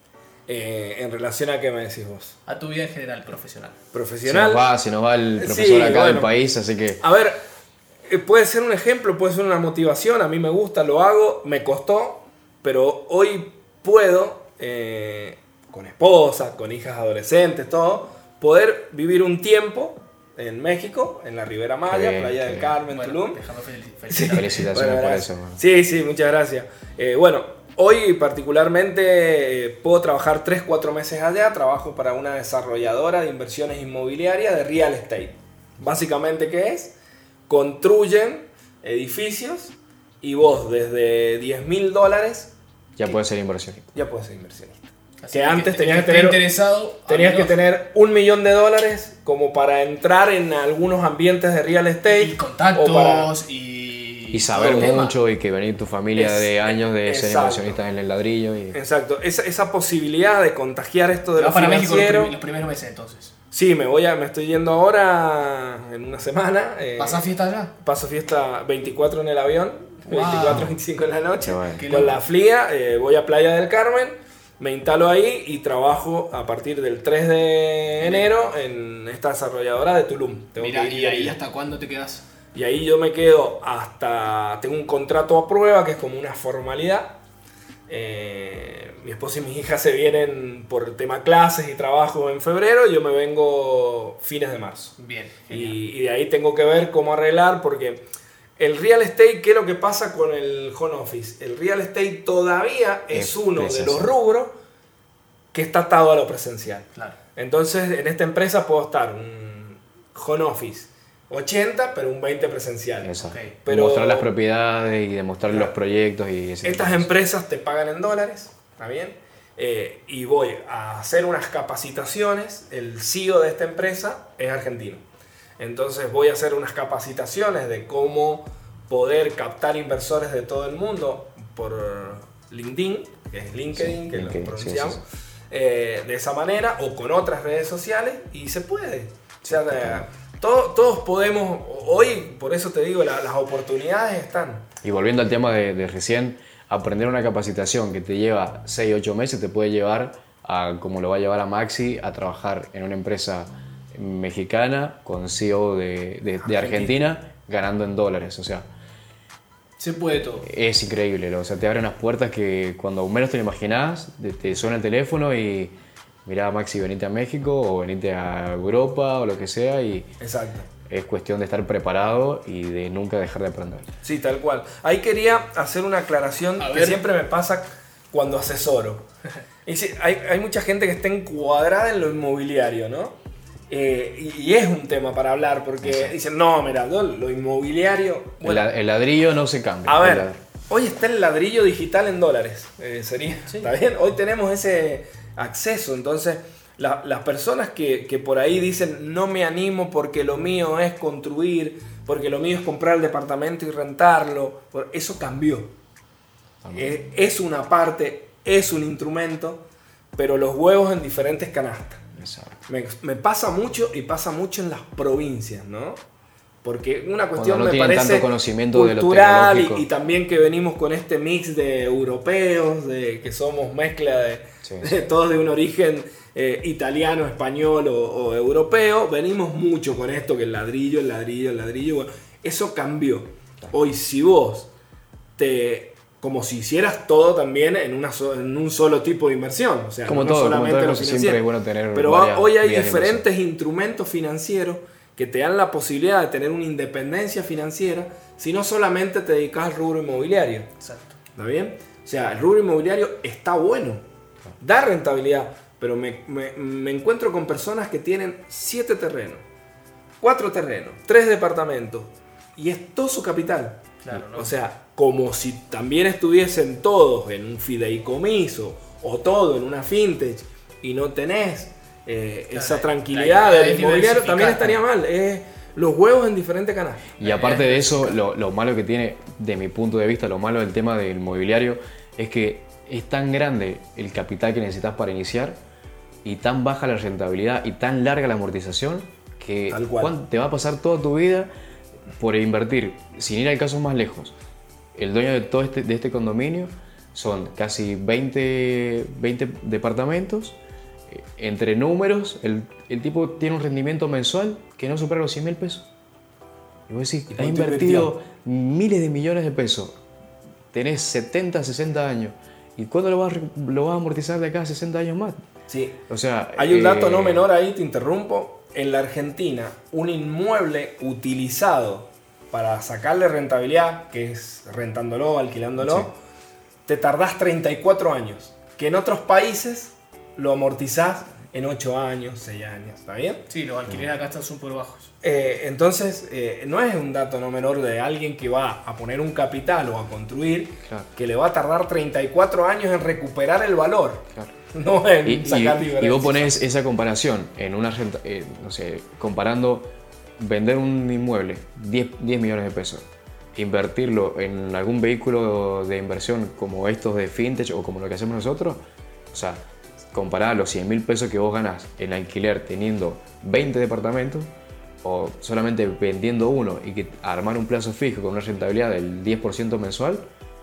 En relación a qué me decís vos. A tu vida en general, profesional. Profesional. Se nos va el Sí, profesor acá del bueno. país, así que... A ver, puede ser un ejemplo, puede ser una motivación, a mí me gusta, lo hago, me costó, pero hoy puedo, con esposa, con hijas adolescentes, todo, poder vivir un tiempo en México, en la Ribera Maya, Qué bien, Playa qué del bien. Carmen, Bueno, Tulum. déjame felicitar. Sí. Felicitaciones Bueno, por gracias. eso, man. Sí, sí, muchas gracias. Bueno, hoy particularmente puedo trabajar 3-4 meses allá. Trabajo para una desarrolladora de inversiones inmobiliarias de real estate. Básicamente, ¿qué es? Construyen edificios y vos desde $10.000 Ya puede ser inversionista. ya puedes ser inversionista. Así Que antes tenías que esté tener... interesado, Tenías que amigos, tener $1 millón como para entrar en algunos ambientes de real estate. y o para- contactos y saber todo el tema. mucho y que venir tu familia de años de ser Exacto. inversionistas en el ladrillo. Y... Exacto, esa posibilidad de contagiar esto de Te lo vas para México financiero. los primeros meses entonces. Sí, me estoy yendo ahora en una semana. ¿Pasás fiesta allá? Paso fiesta 24 en el avión, Wow. 24, 25 en la noche. Qué bueno. Qué Con loco. la FLIA, voy a Playa del Carmen, me instalo ahí y trabajo a partir del 3 de enero en esta desarrolladora de Tulum. Tengo Mira, que ir ¿y ahí ahí. hasta cuándo te quedas? Y ahí yo me quedo hasta... Tengo un contrato a prueba que es como una formalidad. Mi esposa y mis hijas se vienen por tema clases y trabajo en febrero. Yo me vengo fines de marzo. Bien, genial. Y de ahí tengo que ver cómo arreglar porque el real estate, ¿qué es lo que pasa con el home office? El real estate todavía es uno de los presencial. rubros que está atado a lo presencial. Claro. Entonces, en esta empresa puedo estar un home office 80, pero un 20 presencial. Eso. Ok. Pero- Mostrar las propiedades y demostrar Claro. los proyectos y ese tipo Estas de cosas. empresas te pagan en dólares, ¿está bien? Y voy a hacer unas capacitaciones. El CEO de esta empresa es argentino. Entonces voy a hacer unas capacitaciones de cómo poder captar inversores de todo el mundo por LinkedIn, que es LinkedIn, Sí, que LinkedIn, lo pronunciamos, sí. de esa manera, o con otras redes sociales, y se puede. O sea, todos podemos, hoy, por eso te digo, las oportunidades están. Y volviendo al tema de recién, aprender una capacitación que te lleva 6-8 meses te puede llevar a, como lo va a llevar a Maxi, a trabajar en una empresa mexicana con CEO de Argentina ganando en dólares. O sea, Se puede todo. es increíble. O sea, te abre unas puertas que cuando menos te lo imaginás, te suena el teléfono y mirá Maxi, venite a México o venite a Europa o lo que sea, y Exacto. es cuestión de estar preparado y de nunca dejar de aprender. Sí, tal cual. Ahí quería hacer una aclaración que siempre me pasa cuando asesoro. Y sí, hay mucha gente que está encuadrada en lo inmobiliario, ¿no? Y es un tema para hablar porque dicen, no, mira, lo inmobiliario... Bueno, El ladrillo no se cambia. a ver, hoy está el ladrillo digital en dólares. Sería, Sí. ¿Está bien? Hoy tenemos ese acceso. Entonces, las personas que por ahí dicen, no me animo porque lo mío es construir, porque lo mío es comprar el departamento y rentarlo, eso cambió. Es una parte, es un instrumento, pero los huevos en diferentes canastas. Exacto. Me pasa mucho y pasa mucho en las provincias, ¿no? Porque una cuestión no me tienen parece tanto conocimiento de lo cultural tecnológico. y también que venimos con este mix de europeos, de que somos mezcla de todos de un origen italiano, español o europeo. Venimos mucho con esto que el ladrillo. Bueno, eso cambió. Hoy si vos como si hicieras todo también en un solo tipo de inversión, o sea, Como no todo, solamente como lo todo, siempre financiero. es bueno tener Pero varias hoy hay vías de diferentes instrumentos financieros que te dan la posibilidad de tener una independencia financiera si no solamente te dedicas al rubro inmobiliario. Exacto. ¿Está bien? O sea, el rubro inmobiliario está bueno, da rentabilidad, pero me encuentro con personas que tienen 7 terrenos, 4 terrenos, 3 departamentos y es todo su capital. Claro, ¿no? O sea, como si también estuviesen todos en un fideicomiso o todo en una fintech y no tenés esa tranquilidad del inmobiliario, también estaría mal. Los huevos en diferentes canales. Y aparte de eso, lo malo que tiene, de mi punto de vista, lo malo del tema del mobiliario es que es tan grande el capital que necesitas para iniciar y tan baja la rentabilidad y tan larga la amortización que Tal cual. te va a pasar toda tu vida por invertir. Sin ir al caso más lejos, el dueño de este condominio son casi 20 departamentos. Entre números, el tipo tiene un rendimiento mensual que no supera los 100.000 pesos. Y vos decís, has invertido miles de millones de pesos, tenés 70, 60 años, ¿y cuándo lo vas a amortizar de acá a 60 años más? Sí. O sea, Hay un dato no menor ahí, te interrumpo. En la Argentina, un inmueble utilizado para sacarle rentabilidad, que es rentándolo, alquilándolo, Sí. te tardás 34 años. Que en otros países lo amortizás en 8 años, 6 años. ¿Está bien? Sí, los alquileres acá están súper bajos. Entonces, no es un dato no menor de alguien que va a poner un capital o a construir, Claro. que le va a tardar 34 años en recuperar el valor. Claro. No en Y sacar vos diferencias. ponés esa comparación en una renta, no sé, comparando vender un inmueble 10 millones de pesos, invertirlo en algún vehículo de inversión como estos de fintech o como lo que hacemos nosotros, o sea, comparar los 100.000 pesos que vos ganás en alquiler teniendo 20 departamentos o solamente vendiendo uno y que armar un plazo fijo con una rentabilidad del 10% mensual,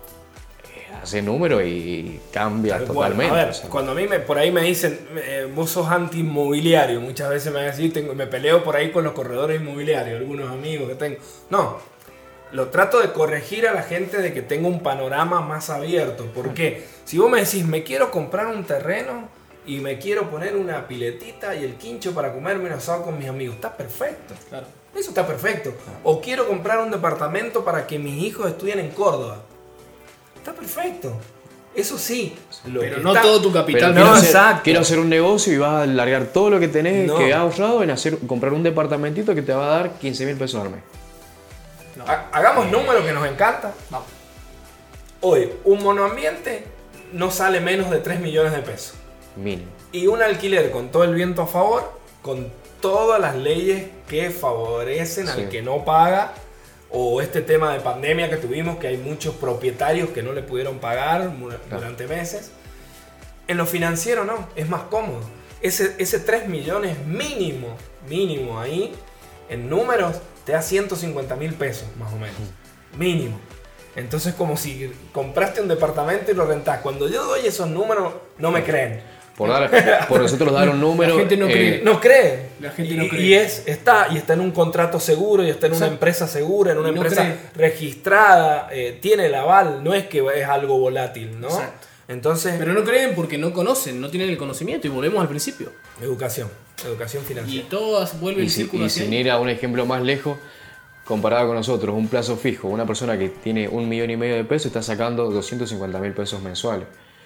hace número y cambia Tal cual. totalmente. A ver, o sea. cuando a mí por ahí me dicen, vos sos anti-inmobiliario, muchas veces me van a decir, me peleo por ahí con los corredores inmobiliarios, algunos amigos que tengo. No, lo trato de corregir a la gente de que tenga un panorama más abierto. Porque si vos me decís, me quiero comprar un terreno y me quiero poner una piletita y el quincho para comerme un asado con mis amigos, está perfecto. Claro. Eso está perfecto. O quiero comprar un departamento para que mis hijos estudien en Córdoba. Está perfecto. Eso sí. Pero no todo tu capital. Pero no, quiero exacto. hacer un negocio y vas a largar todo lo que tenés, No. que has ahorrado en comprar un departamentito que te va a dar 15.000 pesos al mes. No. Hagamos números que nos encanta. Vamos. Hoy, un monoambiente no sale menos de 3 millones de pesos. Mínimo. Y un alquiler con todo el viento a favor, con todas las leyes que favorecen Sí. al que no paga, o este tema de pandemia que tuvimos, que hay muchos propietarios que no le pudieron pagar durante meses. En lo financiero no, es más cómodo. Ese 3 millones mínimo ahí, en números, te da 150.000 pesos, más o menos. Mínimo. Entonces, como si compraste un departamento y lo rentás. Cuando yo doy esos números, no me creen. Por nosotros dar un número. La gente no cree. No cree. La gente no cree. Y está en un contrato seguro, y está en una Exacto. empresa segura, en una Y no empresa cree. registrada, tiene el aval, no es que es algo volátil, ¿no? Exacto. Entonces, Pero no creen porque no conocen, no tienen el conocimiento y volvemos al principio. educación Y financiera. todo vuelve el círculo Y hacia sin ahí. ir a un ejemplo más lejos, comparado con nosotros, un plazo fijo, una persona que tiene 1,5 millones de pesos está sacando 250.000 pesos mensuales.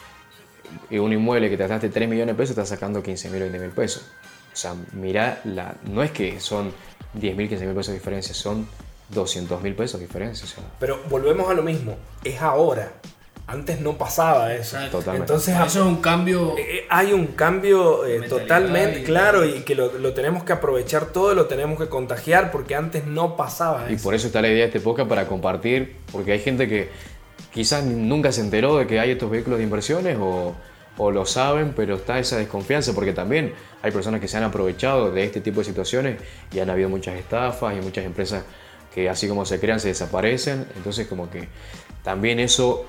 Y un inmueble que te gastaste 3 millones de pesos está sacando 15.000 o 20.000 pesos. O sea, mirá, no es que son 10.000, 15.000 pesos de diferencia, son 200.000 pesos de diferencia. O sea, Pero volvemos a lo mismo, es ahora. Antes no pasaba eso. Exacto. Totalmente. Entonces Eso es un cambio. hay un cambio Mentalidad totalmente y- claro y que lo tenemos que aprovechar todo, lo tenemos que contagiar porque antes no pasaba y eso. por eso está la idea de este podcast para compartir, porque hay gente que quizás nunca se enteró de que hay estos vehículos de inversiones o lo saben, pero está esa desconfianza porque también hay personas que se han aprovechado de este tipo de situaciones y han habido muchas estafas y muchas empresas que así como se crean se desaparecen. Entonces como que también eso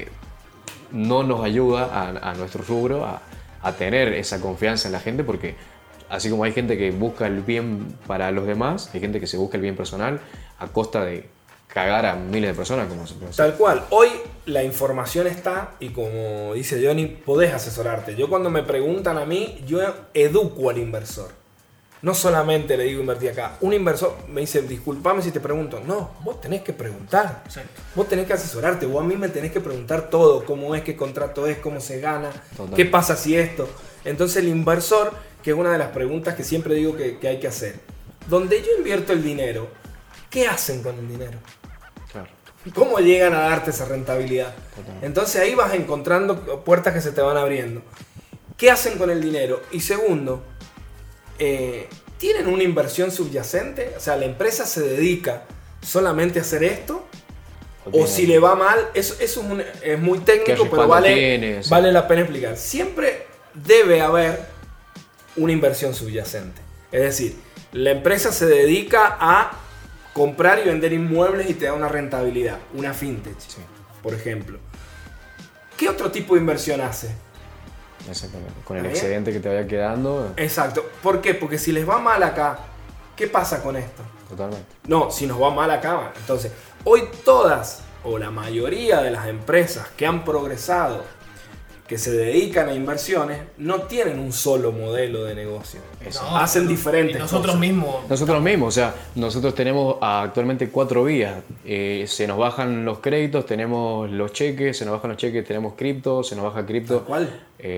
no nos ayuda a nuestro rubro a tener esa confianza en la gente porque así como hay gente que busca el bien para los demás, hay gente que se busca el bien personal a costa de cagar a miles de personas como se puede hacer. Tal cual, hoy la información está y como dice Johnny, podés asesorarte. Yo cuando me preguntan a mí, yo educo al inversor. No solamente le digo invertir acá. Un inversor me dice, discúlpame si te pregunto. No, vos tenés que preguntar. Exacto. Vos tenés que asesorarte. Vos a mí me tenés que preguntar todo. Cómo es, qué contrato es, cómo se gana, Total. qué pasa si esto. Entonces el inversor, que es una de las preguntas que siempre digo que hay que hacer. Donde yo invierto el dinero, ¿qué hacen con el dinero? Claro. ¿Cómo llegan a darte esa rentabilidad? Total. Entonces ahí vas encontrando puertas que se te van abriendo. ¿Qué hacen con el dinero? Y segundo, ¿tienen una inversión subyacente? O sea, ¿la empresa se dedica solamente a hacer esto? O si le va mal, eso es muy ¿Qué técnico, pero respaldo tiene? Sí. vale la pena explicar. Siempre debe haber una inversión subyacente. Es decir, la empresa se dedica a comprar y vender inmuebles y te da una rentabilidad, una fintech, Sí, por ejemplo. ¿Qué otro tipo de inversión hace? exactamente. Con el ¿Está bien? excedente que te vaya quedando, Exacto. ¿Por qué? Porque si les va mal acá, ¿qué pasa con esto? totalmente. No, si nos va mal acá. Entonces, hoy todas o la mayoría de las empresas que han progresado, que se dedican a inversiones, no tienen un solo modelo de negocio. Eso. No, Hacen diferentes y nosotros cosas. mismos. Nosotros mismos, o sea, nosotros tenemos actualmente 4 vías. Se nos bajan los créditos, tenemos los cheques, se nos bajan los cheques, tenemos cripto, se nos baja cripto. Tal cual.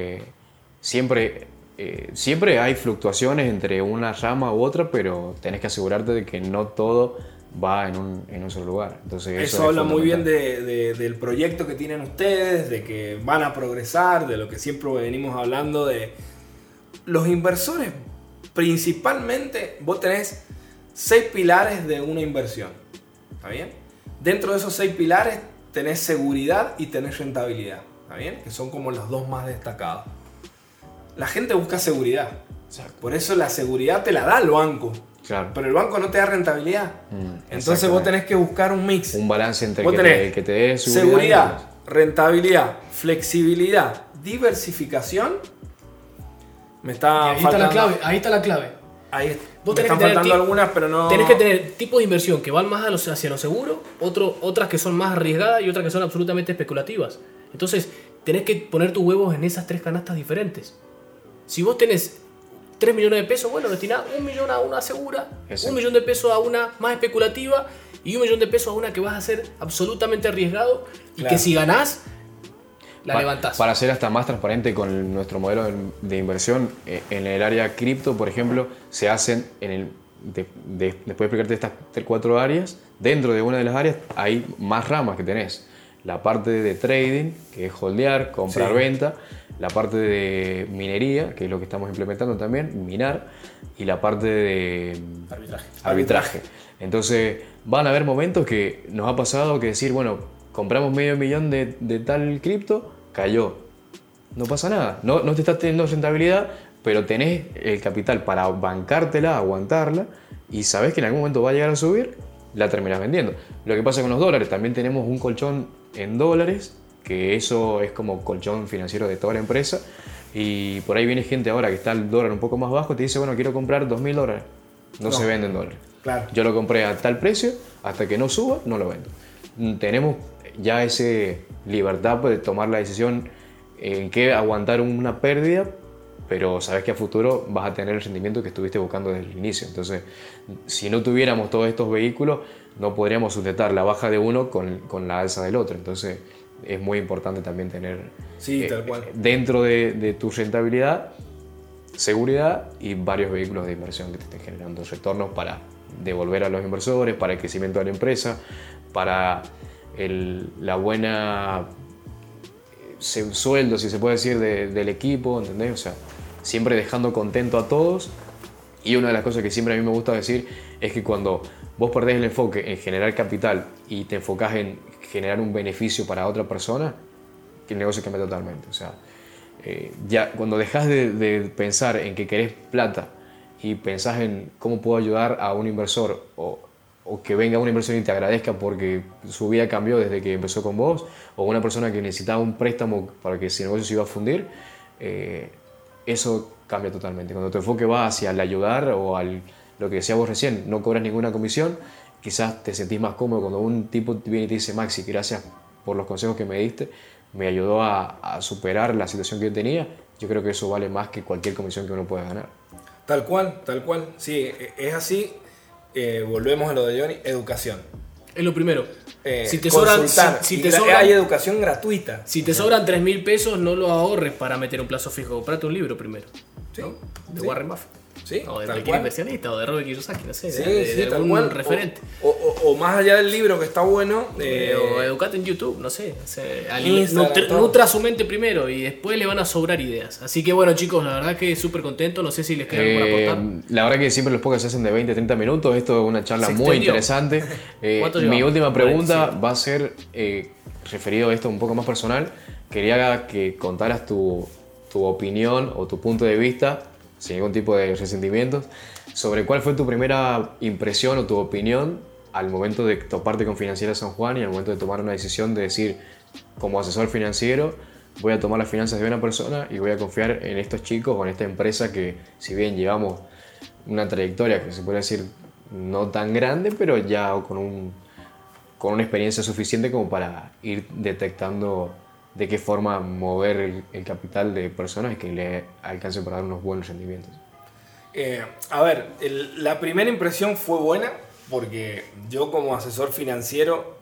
Siempre hay fluctuaciones entre una rama u otra, pero tenés que asegurarte de que no todo va en un solo lugar. Entonces, Eso es habla muy bien fundamental. del proyecto que tienen ustedes, de que van a progresar, de lo que siempre venimos hablando de los inversores. Principalmente, vos tenés 6 pilares de una inversión. ¿Está bien? Dentro de esos 6 pilares tenés seguridad y tenés rentabilidad. ¿Está bien? Que son como los dos más destacados. La gente busca seguridad. Exacto. Por eso la seguridad te la da el banco. Claro. Pero el banco no te da rentabilidad. Entonces vos Exactamente. tenés que buscar un mix. Un balance entre Vos que tenés te dé seguridad, rentabilidad, flexibilidad, diversificación. Me Y está ahí está faltando. la clave, ahí está la clave. Ahí Vos me tenés están que tener faltando algunas, pero no. Tenés que tener tipos de inversión que van más hacia lo seguro, otras que son más arriesgadas y otras que son absolutamente especulativas. Entonces, tenés que poner tus huevos en esas 3 canastas diferentes. Si vos tenés 3 millones de pesos, bueno, destiná 1 millón a una segura, Exacto. 1 millón de pesos a una más especulativa y 1 millón de pesos a una que vas a hacer absolutamente arriesgado y Claro. que si ganás, la levantás. Para ser hasta más transparente con nuestro modelo de inversión, en el área cripto, por ejemplo, se hacen, después de explicarte estas 4 áreas, dentro de una de las áreas hay más ramas que tenés. La parte de trading, que es holdear, comprar, Sí. venta. La parte de minería, que es lo que estamos implementando también, minar. Y la parte de arbitraje. Entonces, van a haber momentos que nos ha pasado que decir, bueno, compramos $500,000 de tal cripto, cayó. No pasa nada. No te estás teniendo rentabilidad, pero tenés el capital para bancártela, aguantarla, y sabés que en algún momento va a llegar a subir, la terminás vendiendo. Lo que pasa con los dólares, también tenemos un colchón en dólares, que eso es como colchón financiero de toda la empresa, y por ahí viene gente ahora que está el dólar un poco más bajo y te dice, bueno, quiero comprar $2.000. No se venden dólares. Claro. Yo lo compré a tal precio, hasta que no suba, no lo vendo. Tenemos ya esa libertad de tomar la decisión en qué aguantar una pérdida, pero sabes que a futuro vas a tener el rendimiento que estuviste buscando desde el inicio. Entonces, si no tuviéramos todos estos vehículos, no podríamos sustentar la baja de uno con la alza del otro. Entonces, es muy importante también tener tal cual. dentro de tu rentabilidad, seguridad y varios vehículos de inversión que te estén generando retornos para devolver a los inversores, para el crecimiento de la empresa, para la buena sueldo, si se puede decir, del equipo, ¿entendés? O sea, siempre dejando contento a todos. Y una de las cosas que siempre a mí me gusta decir es que cuando vos perdés el enfoque en generar capital y te enfocás en generar un beneficio para otra persona, que el negocio cambia totalmente. O sea, ya cuando dejas de pensar en que querés plata y pensás en cómo puedo ayudar a un inversor o que venga una inversión y te agradezca porque su vida cambió desde que empezó con vos, o una persona que necesitaba un préstamo para que si el negocio se iba a fundir, eso cambia totalmente. Cuando tu enfoque va hacia el ayudar o lo que decías vos recién, no cobras ninguna comisión, quizás te sentís más cómodo cuando un tipo viene y te dice: Maxi, gracias por los consejos que me diste, me ayudó a superar la situación que yo tenía. Yo creo que eso vale más que cualquier comisión que uno pueda ganar. Tal cual. Sí, es así. Volvemos a lo de Johnny, educación. Es lo primero. Si te sobran, hay educación gratuita. Si te sobran 3.000 pesos, no lo ahorres para meter un plazo fijo. Comprate un libro primero. Sí, ¿no? De Warren Buffett. Sí, o de cualquier inversionista, o de Robert Kiyosaki, no sé. Sí, de tal algún cual. referente. O más allá del libro, que está bueno. O educate en YouTube, no sé. Instagram, nutra su mente primero y después le van a sobrar ideas. Así que bueno, chicos, la verdad que súper contento. No sé si les queda algo por aportar. La verdad que siempre los podcasts se hacen de 20-30 minutos. Esto es una charla muy interesante. Mi última pregunta va a ser referido a esto un poco más personal. Quería que contaras tu opinión o tu punto de vista, sin ningún tipo de resentimientos, sobre cuál fue tu primera impresión o tu opinión al momento de toparte con Financiera San Juan y al momento de tomar una decisión de decir: como asesor financiero voy a tomar las finanzas de una persona y voy a confiar en estos chicos o en esta empresa que, si bien llevamos una trayectoria que se puede decir no tan grande, pero ya con una experiencia suficiente como para ir detectando de qué forma mover el capital de personas y que le alcance para dar unos buenos rendimientos. La primera impresión fue buena porque yo, como asesor financiero,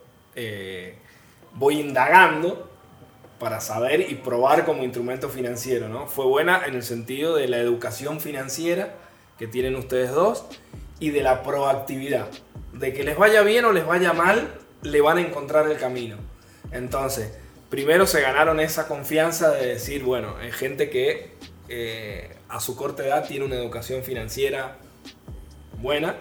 voy indagando para saber y probar como instrumento financiero, ¿no? Fue buena en el sentido de la educación financiera que tienen ustedes dos y de la proactividad, de que les vaya bien o les vaya mal, le van a encontrar el camino. Entonces, primero se ganaron esa confianza de decir, bueno, hay gente que a su corta edad tiene una educación financiera buena,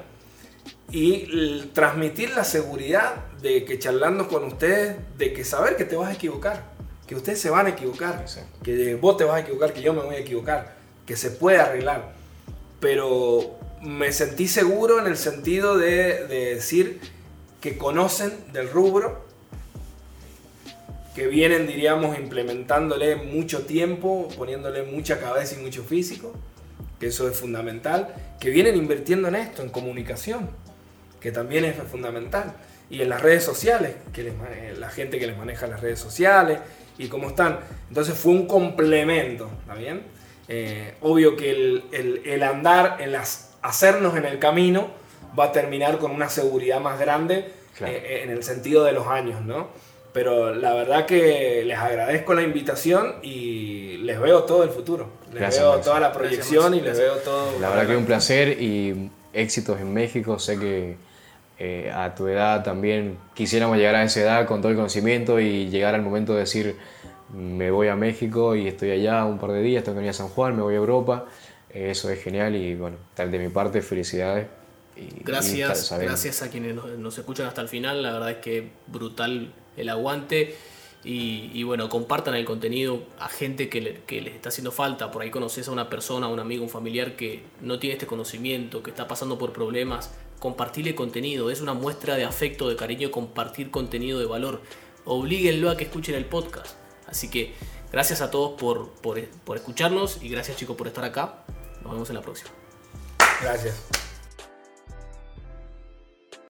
y transmitir la seguridad de que, charlando con ustedes, de que saber que te vas a equivocar, que ustedes se van a equivocar, exacto, que vos te vas a equivocar, que yo me voy a equivocar, que se puede arreglar. Pero me sentí seguro en el sentido de decir que conocen del rubro, que vienen, diríamos, implementándole mucho tiempo, poniéndole mucha cabeza y mucho físico, que eso es fundamental, que vienen invirtiendo en esto, en comunicación, que también es fundamental, y en las redes sociales, que la gente que les maneja las redes sociales y cómo están. Entonces fue un complemento, ¿está bien? Obvio que el andar, hacernos en el camino, va a terminar con una seguridad más grande, claro, en el sentido de los años, ¿no? Pero la verdad que les agradezco la invitación y les veo todo el futuro. Les veo toda la proyección y les veo todo. La verdad que es un placer y éxitos en México. Sé que a tu edad también quisiéramos llegar a esa edad con todo el conocimiento y llegar al momento de decir: me voy a México y estoy allá un par de días, tengo que venir a San Juan, me voy a Europa. Eso es genial y bueno, tal de mi parte, felicidades. Gracias a quienes nos escuchan hasta el final. La verdad es que brutal el aguante y bueno, compartan el contenido a gente que les está haciendo falta. Por ahí conoces a una persona, un amigo, un familiar que no tiene este conocimiento, que está pasando por problemas. Compartirle contenido, es una muestra de afecto, de cariño, compartir contenido de valor. Oblíguenlo a que escuchen el podcast. Así que gracias a todos por escucharnos y gracias, chicos, por estar acá. Nos vemos en la próxima. Gracias.